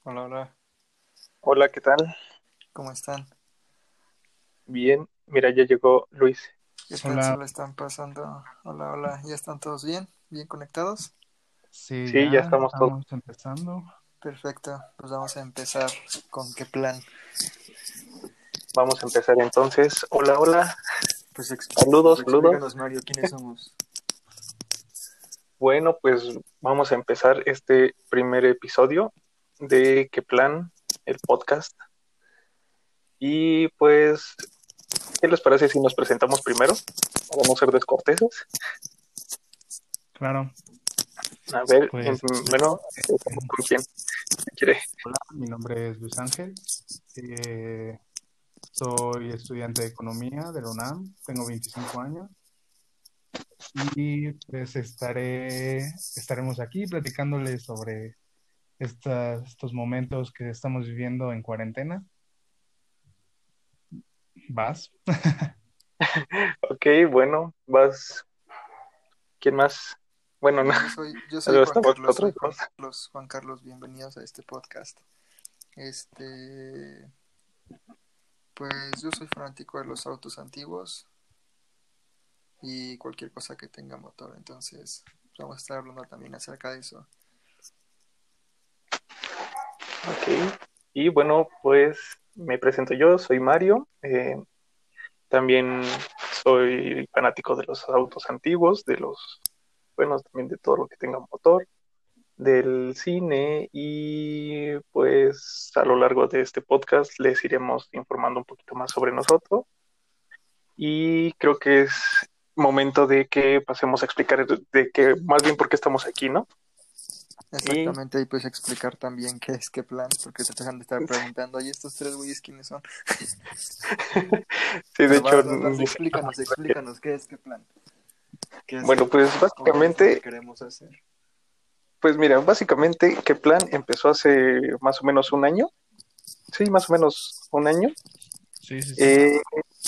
Hola, hola, Hola, ¿qué tal? ¿cómo están? Bien, mira, ya llegó Luis. ¿Qué tal se Hola, lo están pasando? Hola, hola, ¿ya están todos bien? ¿Bien conectados? sí, Sí, ya ya estamos todos. estamos empezando. Perfecto, pues vamos a empezar con qué plan. Vamos a empezar entonces. Hola, hola. Pues, Saludos, saludos. explícanos, Mario, ¿quiénes somos? Bueno, pues vamos a empezar este primer episodio de ¿Qué plan? El podcast. Y pues, ¿qué les parece si nos presentamos primero? Para no ser descorteses. Claro, A ver, pues bueno, empezamos con quién quiere. hola, mi nombre es Luis Ángel. eh, Soy estudiante de economía de la UNAM, tengo 25 años y pues estaremos aquí platicándoles sobre estos momentos que estamos viviendo en cuarentena. ¿Vas? Ok, bueno, vas. ¿Quién más? Bueno, no, Pues yo soy Juan estamos Carlos, nosotros dos. Juan Carlos, bienvenidos a este podcast. Este, pues yo soy fanático de los autos antiguos y cualquier cosa que tenga motor, entonces vamos a estar hablando también acerca de eso. Ok. Y bueno, pues me presento yo, soy Mario. También soy fanático de los autos antiguos, bueno, también de todo lo que tenga motor, del cine y pues a lo largo de este podcast les iremos informando un poquito más sobre nosotros y creo que es momento de que pasemos a explicar de que más bien por qué estamos aquí, ¿no? Y Exactamente, y pues explicar también qué es qué plan, porque te dejan de estar preguntando, ¿y estos tres güeyes quiénes son? sí, de Pero hecho, vas, explícanos qué es qué plan, qué bueno, pues hacemos o qué es lo que básicamente queremos hacer. Pues mira, básicamente, ¿qué plan empezó hace más o menos un año? Sí, más o menos un año. Sí, sí, sí. Eh,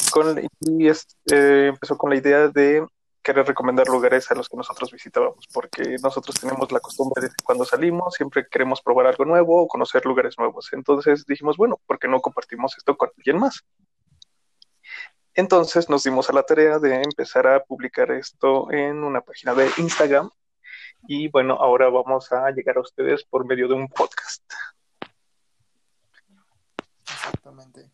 empezó con la idea de querer recomendar lugares a los que nosotros visitábamos, porque nosotros tenemos la costumbre de que cuando salimos siempre queremos probar algo nuevo o conocer lugares nuevos. Entonces dijimos, bueno, ¿por qué no compartimos esto con alguien más? Entonces nos dimos a la tarea de empezar a publicar esto en una página de Instagram y bueno, ahora vamos a llegar a ustedes por medio de un podcast. Exactamente,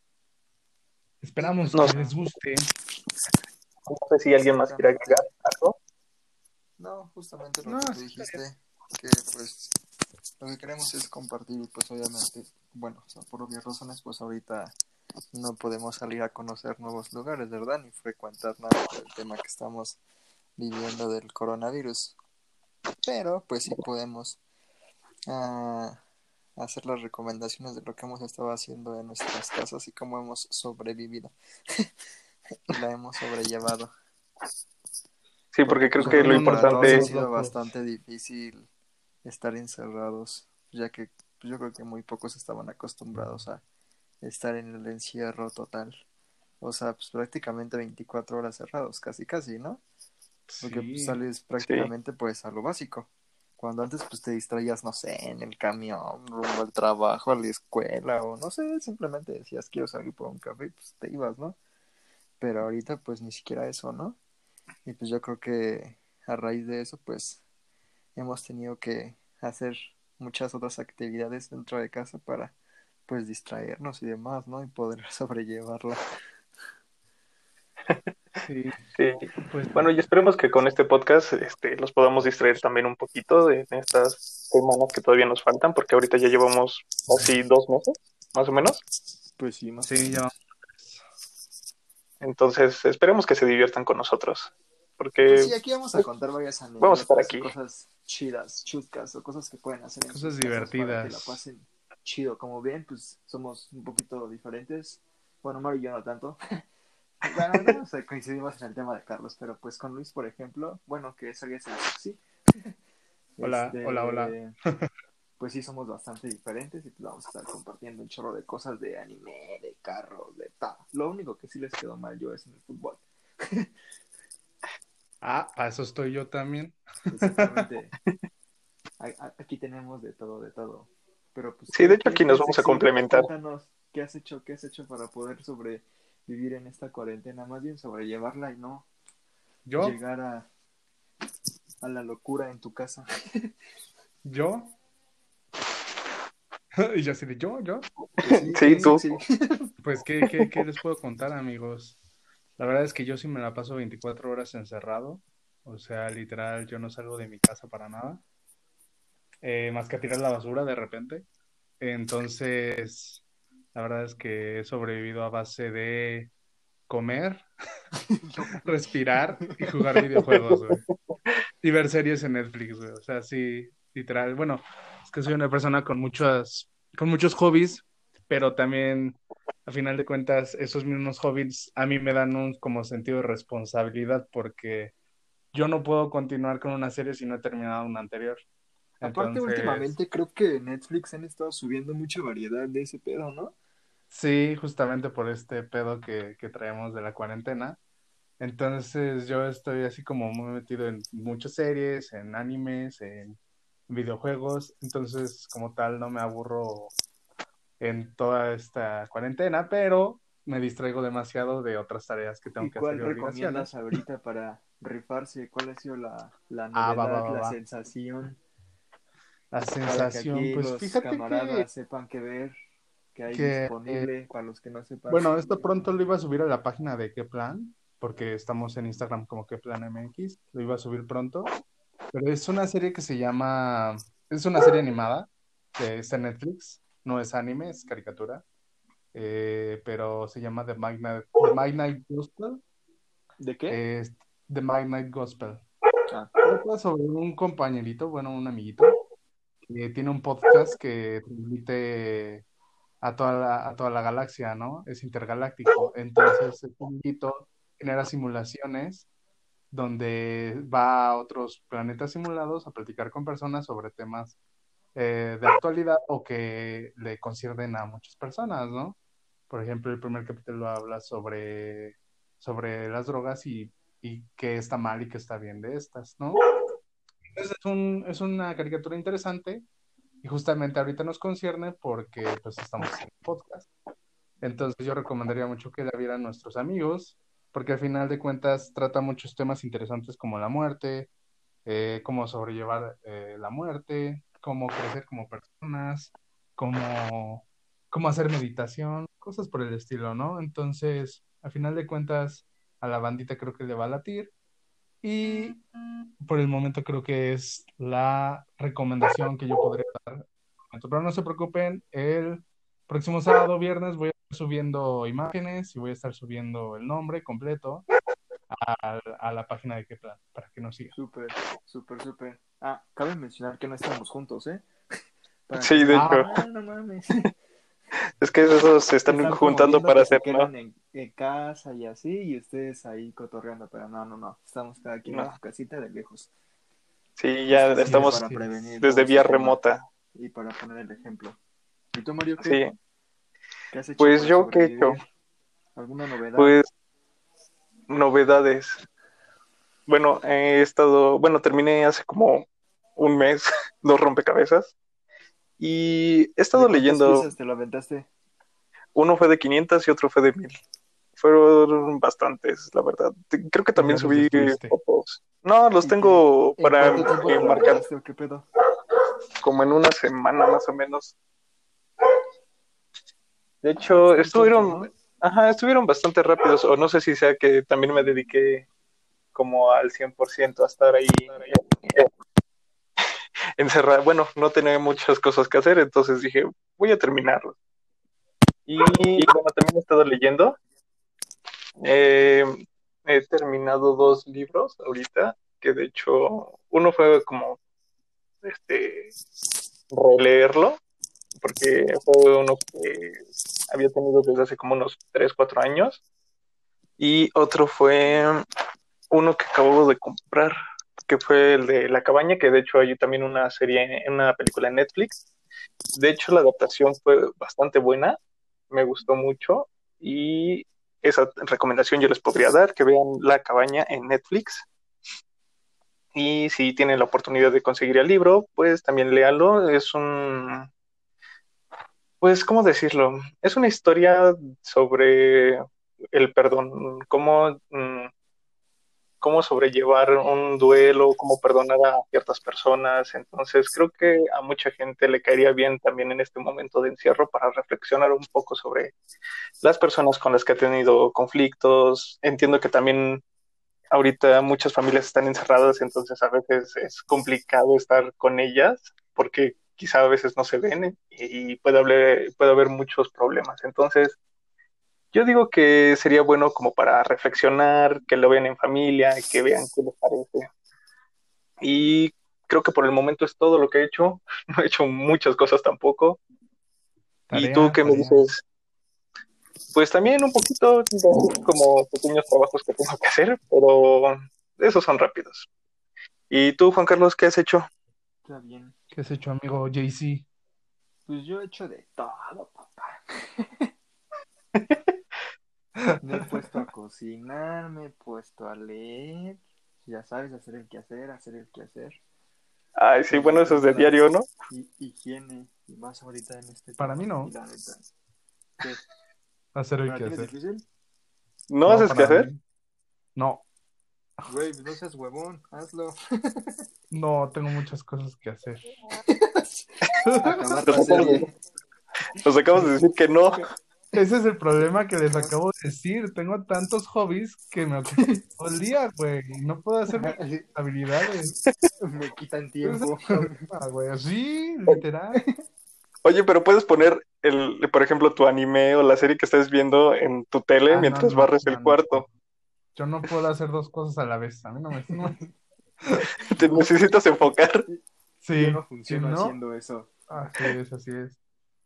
y pues Esperamos No que bueno, les guste. No sé si alguien más quiere agregar exactamente. algo. No, justamente lo No, que tú sí está bien. dijiste, que pues lo que queremos es compartir y pues obviamente, bueno, o sea, por obvias razones, pues ahorita no podemos salir a conocer nuevos lugares, ¿verdad? Ni frecuentar nada por el tema que estamos viviendo del coronavirus. Pero pues sí podemos ah, hacer las recomendaciones de lo que hemos estado haciendo en nuestras casas y cómo hemos sobrevivido y la hemos sobrellevado. Sí, Porque porque creo pues yo que creo lo que Poniéndonos para todos ha importante, menos sido locos. bastante difícil estar encerrados, ya que pues, yo creo que muy pocos estaban acostumbrados a estar en el encierro total. O sea, pues prácticamente 24 horas cerrados, casi casi, ¿no? Porque pues, Sí. sales sí, prácticamente pues a lo básico. Cuando antes pues te distraías, no sé, en el camión, rumbo al trabajo, a la escuela o no sé, simplemente decías quiero salir por un café y pues te ibas, ¿no? Pero ahorita pues ni siquiera eso, ¿no? Y pues yo creo que a raíz de eso pues hemos tenido que hacer muchas otras actividades dentro de casa para pues distraernos y demás, ¿no? Y poder sobrellevarla. Sí, sí. pues Bueno, y esperemos que con este podcast los podamos distraer también un poquito de estas semanas que todavía nos faltan, porque ahorita ya llevamos casi 2 meses, más o menos. Pues sí, más o sí, ya menos. Entonces, esperemos que se diviertan con nosotros, Pues porque sí, aquí vamos a pues, contar varias vamos a estar anécdotas y aquí. cosas chidas, chuscas o cosas que pueden hacer en sus cosas casas para que la divertidas. pasen chido. Como ven, pues somos un poquito diferentes. Bueno, Mario y yo no tanto. Bueno, algunos coincidimos en el tema de Carlos, pero pues con Luis, por ejemplo, bueno, que es alguien sexy, Hola, hola, hola. este, pues sí somos bastante diferentes y pues vamos a estar compartiendo un chorro de cosas de anime, de carros, de tal. Lo único que sí les quedó mal yo es en el fútbol. Ah, para eso estoy yo también. Exactamente. Aquí tenemos de todo, de todo. Pero pues, Sí, de hecho aquí qué nos has vamos a hecho? complementar. Cuéntanos, qué has hecho para poder sobrevivir en esta cuarentena? Más bien sobrellevarla y no ¿Yo? llegar a la locura en tu casa. ¿Yo? Y yo así de yo. Pues sí, Sí, sí, sí, tú. sí. Pues, ¿qué les puedo contar, amigos? La verdad es que yo sí me la paso 24 horas encerrado. O sea, literal, yo no salgo de mi casa para nada. Más que a tirar la basura de repente. Entonces, la verdad es que he sobrevivido a base de comer, respirar y jugar videojuegos, güey. Y ver series en Netflix, güey. O sea, sí, literal. Bueno, es que soy una persona con muchos hobbies, pero también, a final de cuentas, esos mismos hobbies a mí me dan un como sentido de responsabilidad porque yo no puedo continuar con una serie si no he terminado una anterior. Aparte, Entonces, últimamente creo que Netflix han estado subiendo mucha variedad de ese pedo, ¿no? sí, justamente por este pedo que traemos de la cuarentena. Entonces yo estoy así como muy metido en muchas series, en animes, en videojuegos. Entonces, como tal, no me aburro en toda esta cuarentena, pero me distraigo demasiado de otras tareas que tengo ¿Y que hacer cuál y recomiendas obligaciones. ahorita para rifarse? ¿Cuál ha sido la Ah, va, va, novedad, va, la va. sensación La para que sensación, aquí pues los fíjate camaradas sepan qué ver, qué hay que disponible para los que no sepan? bueno, esto pronto lo iba a subir a la página de Qué Plan, porque estamos en Instagram como Qué Plan MX, lo iba a subir pronto, pero es una serie que se llama, es una serie animada, que está en Netflix, no es anime, es caricatura, pero se llama The Midnight Gospel, ¿De qué? es The Midnight Gospel. Ah, Trata sobre un compañerito, bueno, un amiguito, que tiene un podcast que transmite a toda la galaxia, ¿no? Es intergaláctico. Entonces, este amiguito genera simulaciones donde va a otros planetas simulados a platicar con personas sobre temas de actualidad o que le conciernen a muchas personas, ¿no? Por ejemplo, el primer capítulo habla sobre las drogas y qué está mal y qué está bien de estas, ¿no? Entonces es una caricatura interesante y justamente ahorita nos concierne porque pues estamos haciendo podcast. Entonces yo recomendaría mucho que la vieran nuestros amigos, porque al final de cuentas trata muchos temas interesantes como la muerte, cómo sobrellevar la muerte, cómo crecer como personas, cómo, cómo hacer meditación, cosas por el estilo, ¿no? Entonces, al final de cuentas, a la bandita creo que le va a latir y por el momento creo que es la recomendación que yo podría dar. Pero no se preocupen, el próximo sábado, viernes, voy a estar subiendo imágenes y voy a estar subiendo el nombre completo a la página de Qué Plan para que nos sigan. súper, súper, súper. Ah, cabe mencionar que no estamos juntos, ¿eh? Para que Sí, no de digan, Ah, hecho. ah, no mames. Es que esos se están Están juntando promoviendo para que se hacer, ¿no? quedan en casa y así, y ustedes ahí cotorreando, pero no, no, no. Estamos cada quien en No. su casita de lejos. Sí, ya así Justamente es, estamos para así es. prevenir todo desde este vía tema remota. y para poner el ejemplo. ¿Y tú, Mario, qué? Sí. ¿Qué has hecho Pues para yo qué he hecho, sobrevivir? ¿Alguna novedad? pues novedades. Bueno, terminé hace como un mes dos rompecabezas y he ¿De estado cuántas leyendo. piezas te lo aventaste? Uno fue de 500 y otro fue de 1000. Fueron bastantes, la verdad. Creo que Y también ya los subí destruiste. fotos. No, los ¿Y tengo en para cuánto tiempo te lo marcar aventaste o qué pedo? como en una semana más o menos. De Ah, pues hecho, está en corto, ¿no? estuvieron bastante rápidos, o no sé si sea que también me dediqué como al 100% a estar ahí encerrado. Bueno, no tenía muchas cosas que hacer, entonces dije, voy a terminarlo. Y bueno, también he estado leyendo. Eh, He terminado dos libros ahorita, que de hecho uno fue como releerlo, porque fue uno que había tenido desde hace como unos 3 4 años, y otro fue uno que acabo de comprar, que fue el de La Cabaña, que de hecho hay también una serie, una película en Netflix. De hecho, la adaptación fue bastante buena, me gustó mucho, y esa recomendación yo les podría dar, que vean La Cabaña en Netflix. Y si tienen la oportunidad de conseguir el libro, pues también léalo. Pues, ¿cómo decirlo? Es una historia sobre el perdón, cómo sobrellevar un duelo, cómo perdonar a ciertas personas. Entonces, creo que a mucha gente le caería bien también en este momento de encierro para reflexionar un poco sobre las personas con las que ha tenido conflictos. Entiendo que también ahorita muchas familias están encerradas, entonces a veces es complicado estar con ellas porque quizá a veces no se ven y puede haber muchos problemas. Entonces, yo digo que sería bueno como para reflexionar, que lo vean en familia, que vean qué les parece. Y creo que por el momento es todo lo que he hecho. No he hecho muchas cosas tampoco. ¿Y tú Tarea, qué me tarea. dices? Pues también un poquito de así como pequeños trabajos que tengo que hacer, pero esos son rápidos. ¿Y tú, Juan Carlos, qué has hecho? Está bien. ¿Qué has hecho, amigo JC? Pues yo he hecho de todo, papá. Me he puesto a cocinar, me he puesto a leer. Ya sabes, hacer el quehacer, hacer el quehacer. Ay, sí, bueno, eso es Tener de la diario, ¿no? higiene. Y más ahorita en este Para tema. mí no. Y la neta. ¿Qué? Hacer el ¿Para que ti no es hacer. difícil? ¿No No, haces qué para hacer? mí. No, Güey, pues no seas huevón, hazlo. no, tengo muchas cosas que hacer. Acabar Nos la acabas de, serie. nos acabas de decir que no. Ese es el problema que les Acabar. acabo de decir. Tengo tantos hobbies que me ocupan todo el día, güey. Y no puedo hacer mis habilidades. Me quitan Ese es el tiempo. problema, güey. Sí, literal. Oye, pero puedes poner por ejemplo, tu anime o la serie que estés viendo en tu tele Ah, no, mientras no, barres no, el no, no. cuarto. Yo no puedo hacer dos cosas a la vez. A mí no me... Te necesitas enfocar. Yo Sí, no si funciono no, haciendo eso. así es, así es.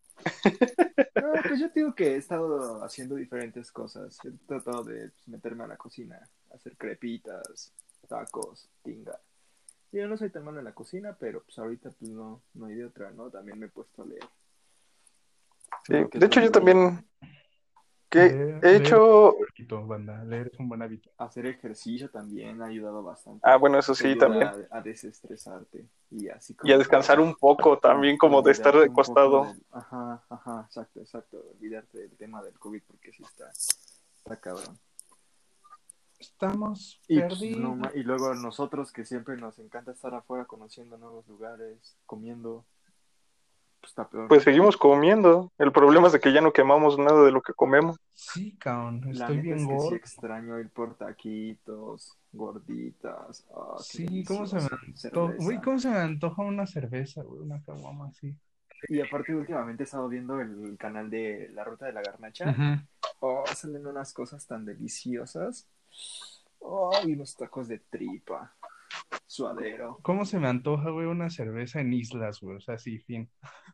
No, pues yo te digo que he estado haciendo diferentes cosas. He tratado de pues, meterme a la cocina, hacer crepitas, tacos, tinga. Yo no soy tan malo en la cocina, pero pues ahorita pues no hay de otra, ¿no? También me he puesto a leer Sí. uno que De otro hecho, yo librito. también que he Leer es hecho. un hábito, banda. Leer es un buen hábito. Hacer ejercicio también ha ayudado bastante. Ah, bueno, eso Te sí, ayuda también. a desestresarte y así Y a como que descansar un poco también, y como de estar olvidarte un poco acostado. del... Ajá, exacto. Olvidarte del tema del COVID porque sí está cabrón. Estamos Y, pues, no, perdidos. y luego nosotros que siempre nos encanta estar afuera conociendo nuevos lugares, comiendo, pues está peor, Pues ¿no? seguimos comiendo. El problema es de que ya no quemamos nada de lo que comemos. Sí, cabrón, La estoy neta bien es que sí gordo. extraño ir por taquitos, gorditas, qué Sí, ¿cómo se me delicioso, antoja? Güey, cerveza. ¿cómo se me antoja una cerveza, güey? Una caguama así. Y aparte últimamente he estado viendo el canal de La Ruta de la Garnacha. Ujú. Salen unas cosas tan deliciosas. Y unos tacos de tripa, suadero. ¿Cómo se me antoja, güey, una cerveza en islas, güey? O sea, sí, fin.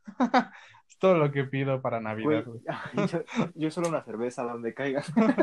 Es todo lo que pido para Navidad, Güey, güey. yo solo una cerveza donde caiga.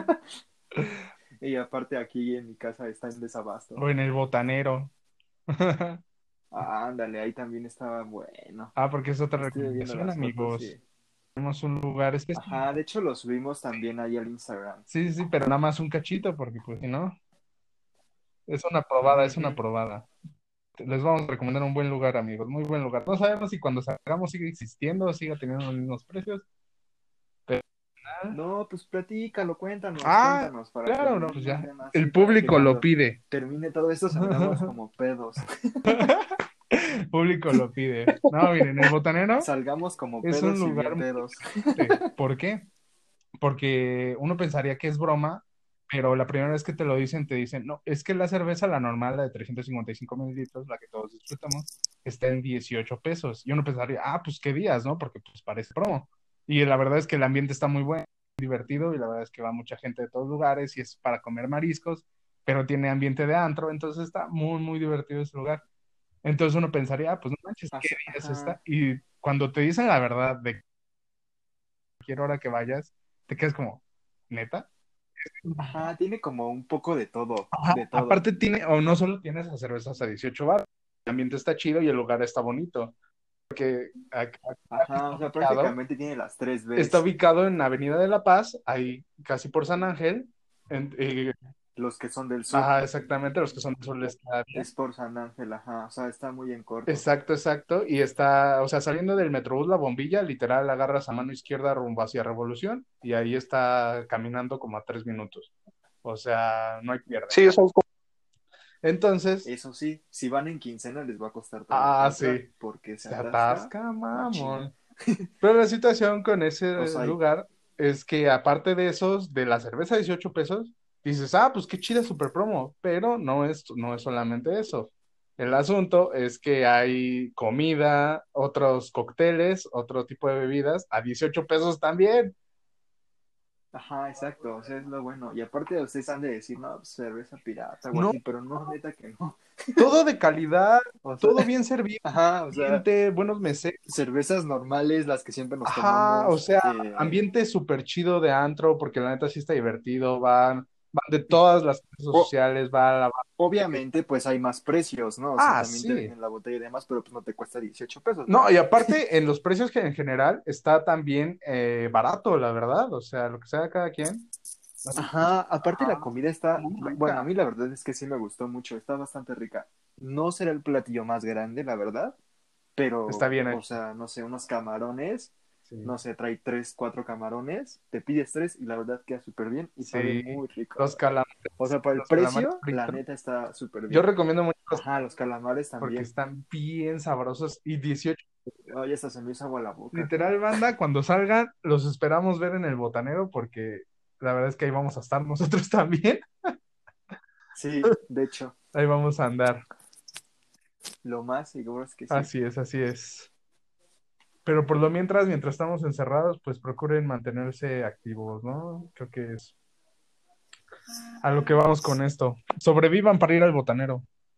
Y aparte aquí en mi casa está en desabasto. O en el botanero. Ándale, ahí también estaba bueno. Ah, porque es otra Estuve viendo recomendación, las fotos amigos. y... Tenemos un lugar específico. Ajá, de hecho lo subimos también ahí al Instagram. Sí, sí, sí, pero nada más un cachito, porque pues si no, es una probada, es una Ujú. probada. Les vamos a recomendar un buen lugar, amigos, muy buen lugar. No sabemos si cuando salgamos sigue existiendo o siga teniendo los mismos precios. Pero... No, pues platícalo, Ah, cuéntanos, para que claro, no, nos pues digan ya. bien así, El para que público lo cuando pide. termine todo esto salgamos como pedos. El público lo pide. No, miren, el Botanero Salgamos como es un pedos y lugar bien muy pedos. diferente. ¿Por qué? Porque uno pensaría que es broma, pero la primera vez que te dicen, no, es que la cerveza, la normal, la de 355 mililitros, la que todos disfrutamos, está en 18 pesos. Y uno pensaría, ah, pues qué días, ¿no? Porque pues parece promo. Y la verdad es que el ambiente está muy bueno, divertido, y la verdad es que va mucha gente de todos lugares y es para comer mariscos, pero tiene ambiente de antro, entonces está muy, muy divertido ese lugar. Entonces uno pensaría, ah, pues no manches, ¿qué días está? Ajá, Y cuando te dicen la verdad de cualquier hora que vayas, te quedas como, ¿neta? ajá, tiene como un poco de todo, Ajá, de todo. aparte tiene, o no solo tienes las cervezas a 18 baros, el ambiente está chido y el lugar está bonito. Porque Ajá, o sea, prácticamente tiene las tres está Bs. ubicado en Avenida de La Paz, ahí casi por San Ángel. En- eh, Los que son del sur. Ajá, exactamente, los que son del sur les queda bien. Es por San Ángel, ajá. O sea, está muy en corto. Exacto. Y está, o sea, saliendo del Metrobús La Bombilla, literal, agarras a mano izquierda rumbo hacia Revolución y ahí está caminando como a 3 minutos. O sea, no hay pierde. Sí, eso es como... Entonces, Eso sí, si van en quincena les va a costar trabajo entrar, sí, porque se se atasca atasca, machín. mamón. Pero la situación con ese O sea, lugar es que aparte de esos, de la cerveza 18 pesos, dices, pues qué chida super promo, pero no es solamente eso. El asunto es que hay comida, otros cócteles, otro tipo de bebidas a 18 pesos también. ajá, exacto, o sea, es lo bueno. Y aparte ustedes han de decir, no, pues, cerveza pirata o No, así, pero no, neta que no. todo de calidad, O sea, todo bien servido, ajá, o sea, buenos meseros. cervezas normales, las que siempre nos Ajá, o tomamos. sea, ambiente súper chido de antro, porque la neta sí está divertido, van de todas las clases O- sociales, va a la obviamente, pues hay más precios, ¿no? O sea, también te sí. venden la botella y demás, pero pues no te cuesta 18 pesos, No, ¿verdad? y aparte, en los precios que en general está también barato, la verdad, o sea, lo que sea cada quien. Ajá, aparte la comida está, Muy bueno, a rica. mí la verdad es que sí me gustó mucho, está bastante rica. No será el platillo más grande, la verdad, Está pero, bien o hecho. sea, no sé, unos camarones, Sí, no sé, trae 3, 4 camarones, te pides tres y la verdad queda súper bien y sabe sí. muy rico. Los calamares, O sea, para el los calamares precio, la fritos. neta está súper Yo bien. recomiendo mucho los Ajá, los calamares porque también. están bien sabrosos y 18. Ay, hasta se me hizo agua la boca. Literal, banda, cuando salgan, los esperamos ver en el Botanero porque la verdad es que ahí vamos a estar nosotros también. Sí, de hecho, Ahí vamos a andar. lo más seguro es que sí. Así es, así es. Pero por lo mientras estamos encerrados, pues procuren mantenerse activos, ¿no? Creo que es a lo que vamos con esto. Sobrevivan para ir al Botanero.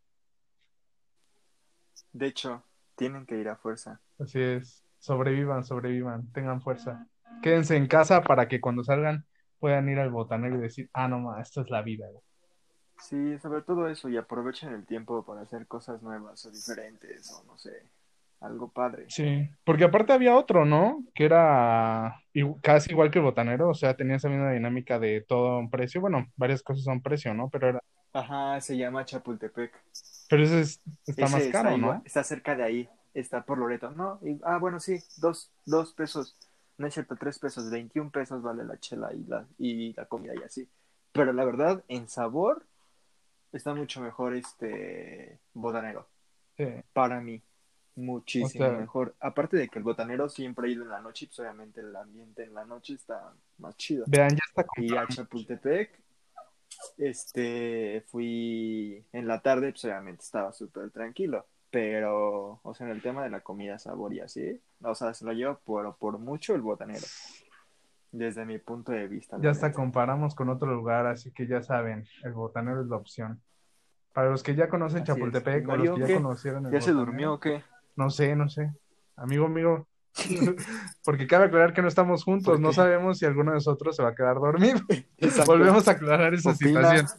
De hecho, tienen que ir a fuerza. Así es. Sobrevivan, tengan fuerza. Quédense en casa para que cuando salgan puedan ir al Botanero y decir, no, esto es la vida, güey. Sí, sobre todo eso, y aprovechen el tiempo para hacer cosas nuevas o diferentes, o no sé, algo padre. Sí, porque aparte había otro, ¿no? Que era casi igual que el Botanero, o sea, tenía esa misma dinámica de todo a un precio. Bueno, varias cosas a un precio, ¿no? Ajá, se llama Chapultepec. Pero ese está más Ese está caro, igual, ¿no? está cerca de ahí, está por Loreto. No, bueno, sí, dos pesos, no es cierto, 3 pesos, 21 pesos vale la chela y la comida y así. Pero la verdad, en sabor, está mucho mejor este botanero, Sí. para mí. O Muchísimo sea, mejor. Aparte de que el botanero siempre ha ido en la noche, pues obviamente el ambiente en la noche está más chido. vean, ya está Y a comprado. Chapultepec, fui en la tarde, pues obviamente estaba súper tranquilo. Pero, o sea, en el tema de la comida, sabor y así, o sea, se lo llevo por mucho el botanero. Desde mi punto de vista, Ya la hasta neta. comparamos con otro lugar, así que ya saben, el Botanero es la opción. Para los que ya conocen Así es. ¿Y Chapultepec o los que Mario ya qué? conocieron el ¿Ya se durmió Botanero, o qué? no sé. Amigo, porque cabe aclarar que no estamos juntos, ¿Por no qué? sabemos si alguno de nosotros se va a quedar dormido. Exacto. Volvemos a aclarar esa Opina. situación.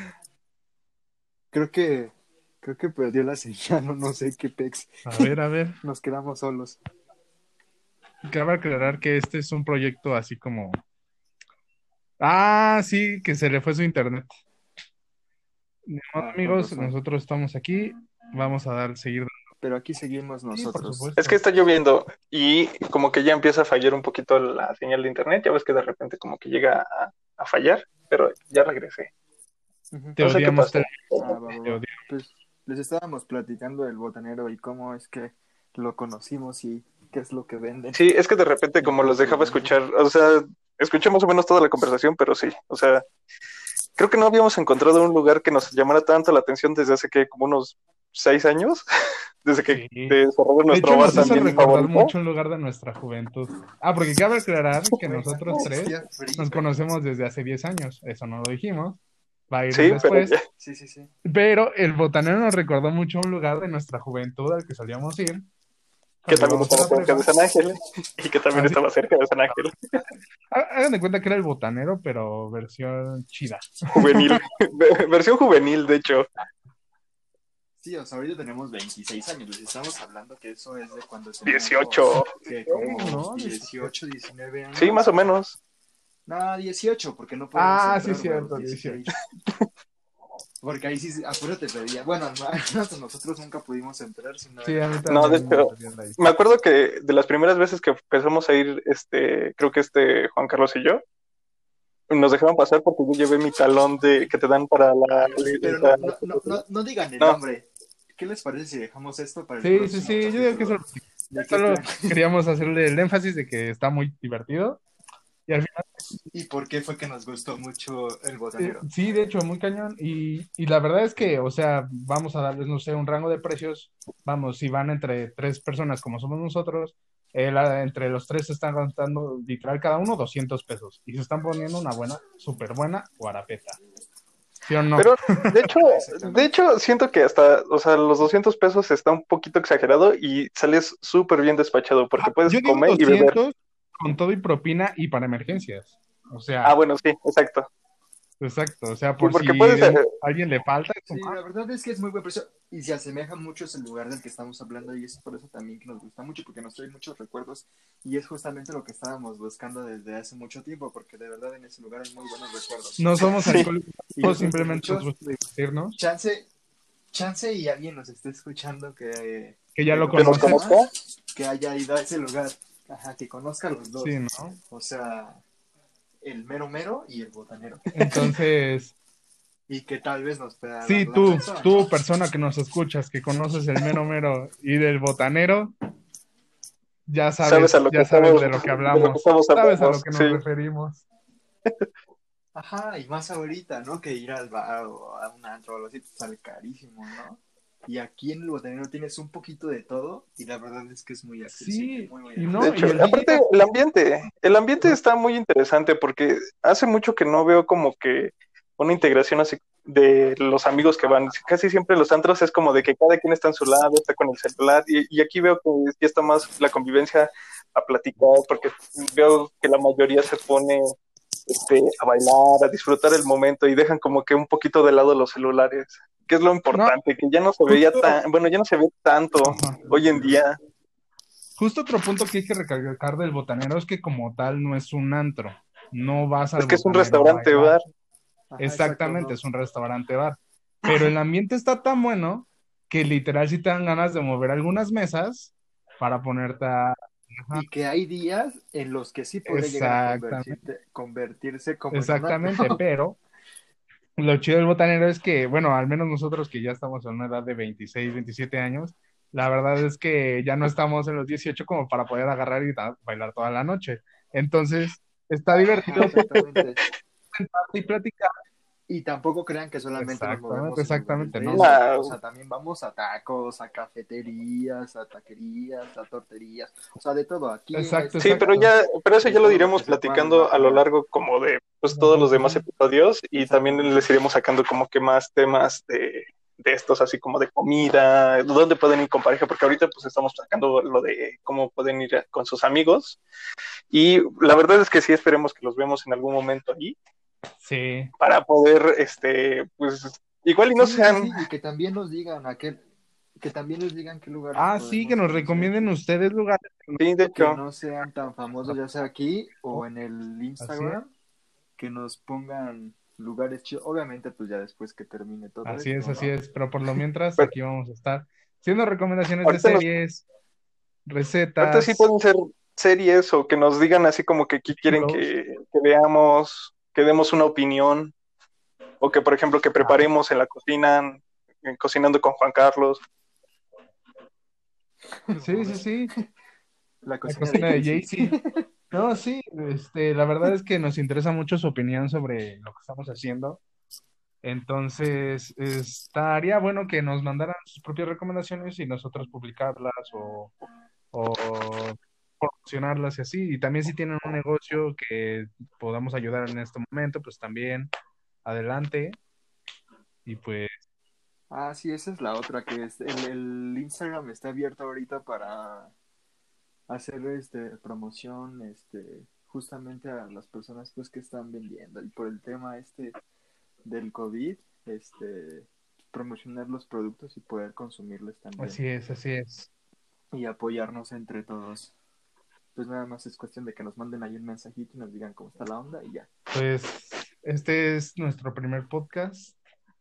Creo que, creo que perdió la señal, o no sé qué pex. A ver, Nos quedamos solos. cabe aclarar que este es un proyecto así como... sí, que se le fue su internet. Ni modo, Con amigos, razón. nosotros estamos aquí, vamos a seguir. Pero aquí seguimos Sí, por nosotros. Es supuesto. que está lloviendo y como que ya empieza a fallar un poquito la señal de internet. Ya ves que de repente como que llega a fallar, pero ya regresé. Ujú. Te No sé qué odiamos, pasó. te Va. odiamos. Pues les estábamos platicando del botanero y cómo es que lo conocimos y qué es lo que venden Sí, es que de repente y en como los cuánto lo dejaba venden. escuchar, o sea, escuché más o menos toda la conversación, pero sí, o sea, creo que no habíamos encontrado un lugar que nos llamara tanto la atención desde hace que como unos 6 años, desde que Sí. desarrollamos De nuestro hecho, bar nos hizo también recordar favorito. mucho un lugar de nuestra juventud. Porque cabe aclarar que nosotros tres Hacía frío. nos conocemos desde hace 10 años. Eso no lo dijimos. Va a ir Sí, pero después. ya, Sí, sí, sí. Pero el botanero nos recordó mucho un lugar de nuestra juventud al que solíamos ir que cuando también íbamos a estaba la cerca de prepa. San Ángel y que también Así, estaba cerca de San Ángel. hagan de cuenta que era el botanero, pero versión chida. Juvenil, versión juvenil, de hecho. Sí, o sea, ahorita tenemos 26 años. Les estamos hablando que eso es de cuando teníamos 18. que como ¿No? 18, 19 Sí, años. más o menos. No, 18, porque no podemos Sí, entrar, güey, a los cierto, 18. 16. Porque ahí sí, afuera te pedía. Bueno, nosotros nunca pudimos entrar si no Sí, a mí era. No, de también me hecho, pedían la me 18. acuerdo que de las primeras veces que empezamos a ir, creo que Juan Carlos y yo, nos dejaron pasar porque yo llevé mi talón de que te dan para Pero la- no digan el no, nombre. ¿Qué les parece si dejamos esto para el Sí, sí, próximo sí, yo digo que eso capítulo? ¿De qué solo plan? queríamos hacerle el énfasis de que está muy divertido. Y al final, ¿Y por qué fue que nos gustó mucho el botanero? sí, de hecho, muy cañón. Y la verdad es que, o sea, vamos a darles, no sé, un rango de precios. Vamos, si van entre tres personas como somos nosotros, entre los tres se están gastando literal cada uno 200 pesos. Y se están poniendo una buena, súper buena guarapeta. ¿Sí o no? pero Ajá, de exactamente. hecho siento que hasta, o sea, los 200 pesos está un poquito exagerado y sales súper bien despachado porque puedes Yo digo comer y beber. 200 con todo y propina y para emergencias. O Ah, sea, bueno, sí, exacto. exacto. O sea, Sí, por porque si puedes, a alguien le falta, es como, Sí, la verdad es que es muy buen precio y se asemeja mucho es el lugar del que estamos hablando y es por eso también que nos gusta mucho porque nos trae muchos recuerdos y es justamente lo que estábamos buscando desde hace mucho tiempo porque de verdad en ese lugar hay muy buenos recuerdos. no somos sí, alcohólicos, Y yo creo que simplemente nos muchos, gusta divertirnos, chance y alguien nos esté escuchando que ya lo que ¿cómo nos se conoce. llama? conozca. Que haya ido a ese lugar, ajá, que conozca los Sí, dos, ¿no? o sea, el mero mero y el botanero Entonces, y que tal vez nos pueda dar sí, la razón, ¿no? tú, persona que nos escuchas, que conoces el mero mero y del botanero, Sabes a lo que ya sabes estamos, de lo que de lo que hablamos, estamos sabes a hablando, lo que sí. nos referimos. Ajá, y más ahorita, ¿no? Que ir al bar o a un antro o algo así pues, sale carísimo, ¿no? Y aquí en el botanero tienes un poquito de todo y la verdad es que es muy accesible, Sí, muy, muy y De no, accesible. y hecho, el DJ aparte el ambiente está muy interesante porque hace mucho que no veo como que una integración así de los amigos que van. Casi siempre los antros es como de que cada quien está en su lado, está con el celular y aquí veo que ya está más la convivencia a platicar porque veo que la mayoría se pone a bailar, a disfrutar el momento y dejan como que un poquito de lado los celulares, que es lo no, importante, que ya no se veía justo, bueno, ya no se ve tanto ajá. hoy en día. Justo otro punto que hay que recalcar del botanero es que como tal no es un antro, no vas Es al que es un botanero a restaurante bailar, bar. Ajá, exacto, exactamente, no. es un restaurante bar, pero el ambiente está tan bueno que literal sí te dan ganas de mover algunas mesas para ponerte a... Ajá, Y que hay días en los que sí podría llegar a exactamente, convertirse como en un exactamente, antro. pero lo chido del botanero es que, bueno, al menos nosotros que ya estamos en una edad de 26 27 años, la verdad es que ya no estamos en los 18 como para poder agarrar y bailar toda la noche. Entonces, está Ajá, divertido exactamente. sentarte y platicar. Y tampoco crean que solamente nos Exactamente, movemos en lugares exactamente, de ¿no? eso. O Nah, sea, también vamos a tacos, a cafeterías, a taquerías, a torterías. O sea, de todo. Aquí en Exacto, sí, este pero exacto. caso, pero eso de ya lo todo lo que iremos se puedan platicando a lo imaginar. largo como de pues No, todos los pues demás sí. episodios y también les Exactamente. iremos sacando como que más temas de estos, así como de comida, dónde pueden ir con pareja, porque ahorita pues estamos sacando lo de cómo pueden ir con sus amigos y la verdad es que sí esperemos que los vemos en algún momento ahí Sí. para poder, pues igual y no Sí, sí, sean, sí. Y que también nos digan que también nos digan qué lugares Sí, que podemos nos conocer. recomienden ustedes lugares. sí, de Que hecho, no sean tan famosos, ya sea aquí o en el Así es, Instagram. Que nos pongan lugares chidos. Obviamente, pues ya después que termine todo así es, esto, así ¿no? es. Pero por lo mientras, pero aquí vamos a estar haciendo recomendaciones de ahorita nos series, ahorita sí recetas, pueden ser series o que nos digan así como que aquí quieren libros. que veamos, que demos una opinión, o que por ejemplo que Ah, preparemos en la cocina, cocinando con Juan Carlos. No sí, sí, mames. sí. La La cocina de cocina de Jaycee. Jaycee. No, sí, la verdad es que nos interesa mucho su opinión sobre lo que estamos haciendo. Entonces, estaría bueno que nos mandaran sus propias recomendaciones y nosotros publicarlas o promocionarlas y así. Y también si tienen un negocio que podamos ayudar en este momento, pues también adelante. Y pues, Ah, sí, esa es la otra, que es el Instagram está abierto ahorita para hacer promoción justamente a las personas pues que están vendiendo y por el tema del COVID, promocionar los productos y poder consumirlos también así es, así es. y apoyarnos entre todos. pues nada más es cuestión de que nos manden ahí un mensajito y nos digan cómo está la onda y ya. Pues este es nuestro primer podcast.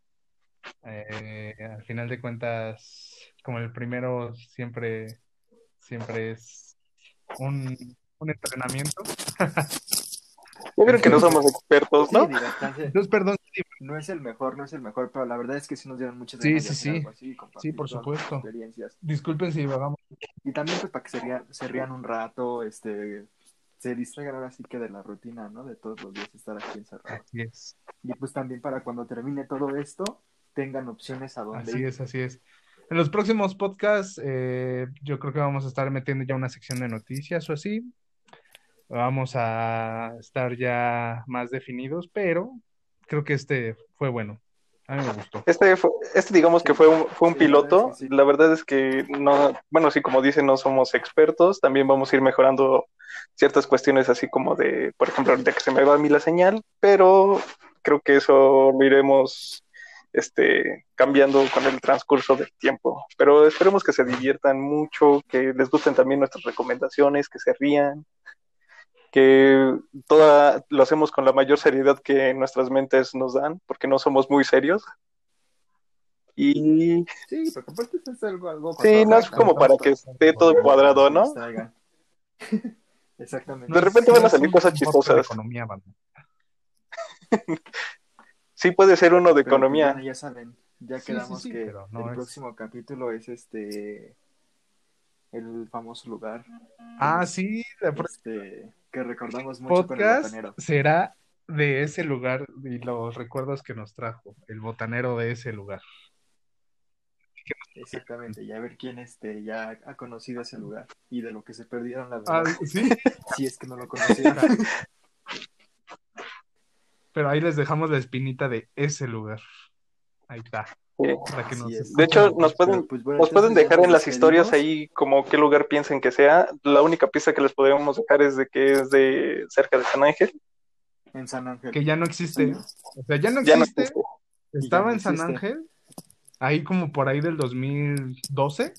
Al final de cuentas, como el primero siempre es un entrenamiento. Yo creo que no somos expertos, Sí, ¿no? digo, entonces, Entonces, perdón. no es el mejor, pero la verdad es que sí nos dieron muchas Sí, ganas de sí, hacer sí. algo así y Sí, compartir por todas nuestras supuesto. experiencias. Disculpen si vagamos. Y también pues para que se rían un rato, se distraigan ahora sí que de la rutina, ¿no? De todos los días estar aquí encerrados. Así es. Y pues también para cuando termine todo esto, tengan opciones a dónde Así ir. es, así es. En los próximos podcasts, yo creo que vamos a estar metiendo ya una sección de noticias o así. Vamos a estar ya más definidos, pero creo que este fue bueno. A mí me gustó. Este digamos que Sí, fue un sí, la verdad es piloto. que sí. La verdad es que no, bueno, sí, como dicen, no somos expertos. También vamos a ir mejorando ciertas cuestiones, así como de, por ejemplo, ahorita que se me va a mí la señal, pero creo que eso lo iremos cambiando con el transcurso del tiempo. Pero esperemos que se diviertan mucho, que les gusten también nuestras recomendaciones, que se rían, que lo hacemos con la mayor seriedad que nuestras mentes nos dan, porque no somos muy serios. Y Sí, porque aparte es algo sí, no cotorro, es como tampoco para que esté todo cuadrado, se ¿no? distraigan. Exactamente. De repente van a salir un cosas podcast de chistosas. economía, banda. Sí puede ser uno de Pero pues economía. bueno, ya saben, ya Sí, quedamos sí, que pero no el es. próximo capítulo es el famoso lugar Ah, sí, el que recordamos mucho con el podcast botanero. será de ese lugar y los recuerdos que nos trajo, el botanero de ese lugar. Exactamente, y a ver quién ya ha conocido ese lugar y de lo que se perdieron, la Ah, verdad, sí, si es que no lo conocieron. pero ahí les dejamos la espinita de ese lugar. Ahí está, Sí. para que nos Así es. De hecho, escuchen. Pero pues bueno, nos pueden entonces ya dejar nos en las historias despedimos ahí como qué lugar piensen que sea. La única pista que les podemos dejar es de que es de cerca de San Ángel. en San Ángel. Que ya no existe. O sea, ya no Ya no existe. existe. Y ya Estaba no en San existe. Ángel, ahí como por ahí del 2012.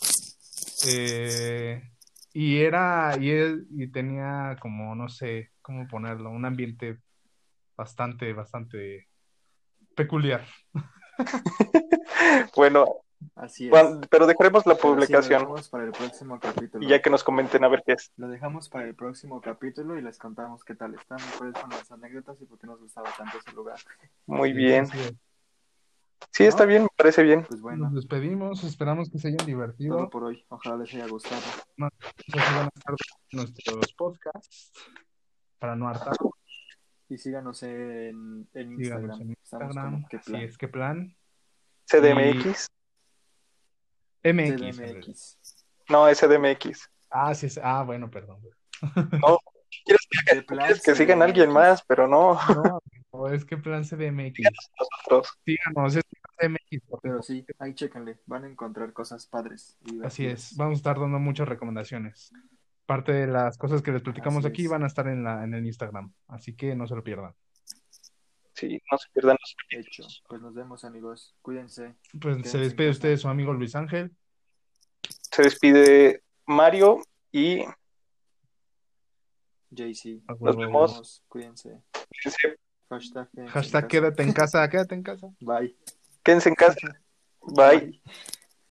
Y tenía como, no sé cómo ponerlo, un ambiente bastante, bastante peculiar. Bueno, Así es. pero dejaremos la Pero sí, lo publicación dejamos para el próximo capítulo. y ya que nos comenten a ver qué es. Lo dejamos para el próximo capítulo y les contamos qué tal están, cuáles son las anécdotas y por qué nos gustaba tanto ese lugar. Muy Sí, bien. así es. Sí, está bien, me parece bien. Pues Nos bueno, despedimos, esperamos que se hayan todo divertido. por hoy. Ojalá les haya gustado. Así van a estar nuestros podcasts para no hartar. Y síganos en Síganos Instagram. en Estamos Instagram. como qué Así plan. es, qué plan. CDMX. MX. CDMX. No, es CDMX. Ah, sí, ah, bueno, perdón. No, quieres ¿Qué plan quieres que sigan a alguien CDMX? más, pero no. No, es que plan CDMX. Nosotros. Síganos, es CDMX. Pero sí, ahí chéquenle. Van a encontrar cosas padres y Así es, divertidas. vamos a estar dando muchas recomendaciones. Parte de las cosas que les platicamos Así aquí es. van a estar en el Instagram, así que no se lo pierdan. Sí, no se pierdan los Hecho. Pues nos vemos, amigos. Cuídense. Pues se Quédense en despide casa. usted de su amigo Luis Ángel. Se despide Mario y JC. A nos huevo, vemos. Cuídense. Quédense, Hashtag quédense en Hashtag casa. quédate en casa, quédate en casa. Bye. quédense en casa. Bye. Bye.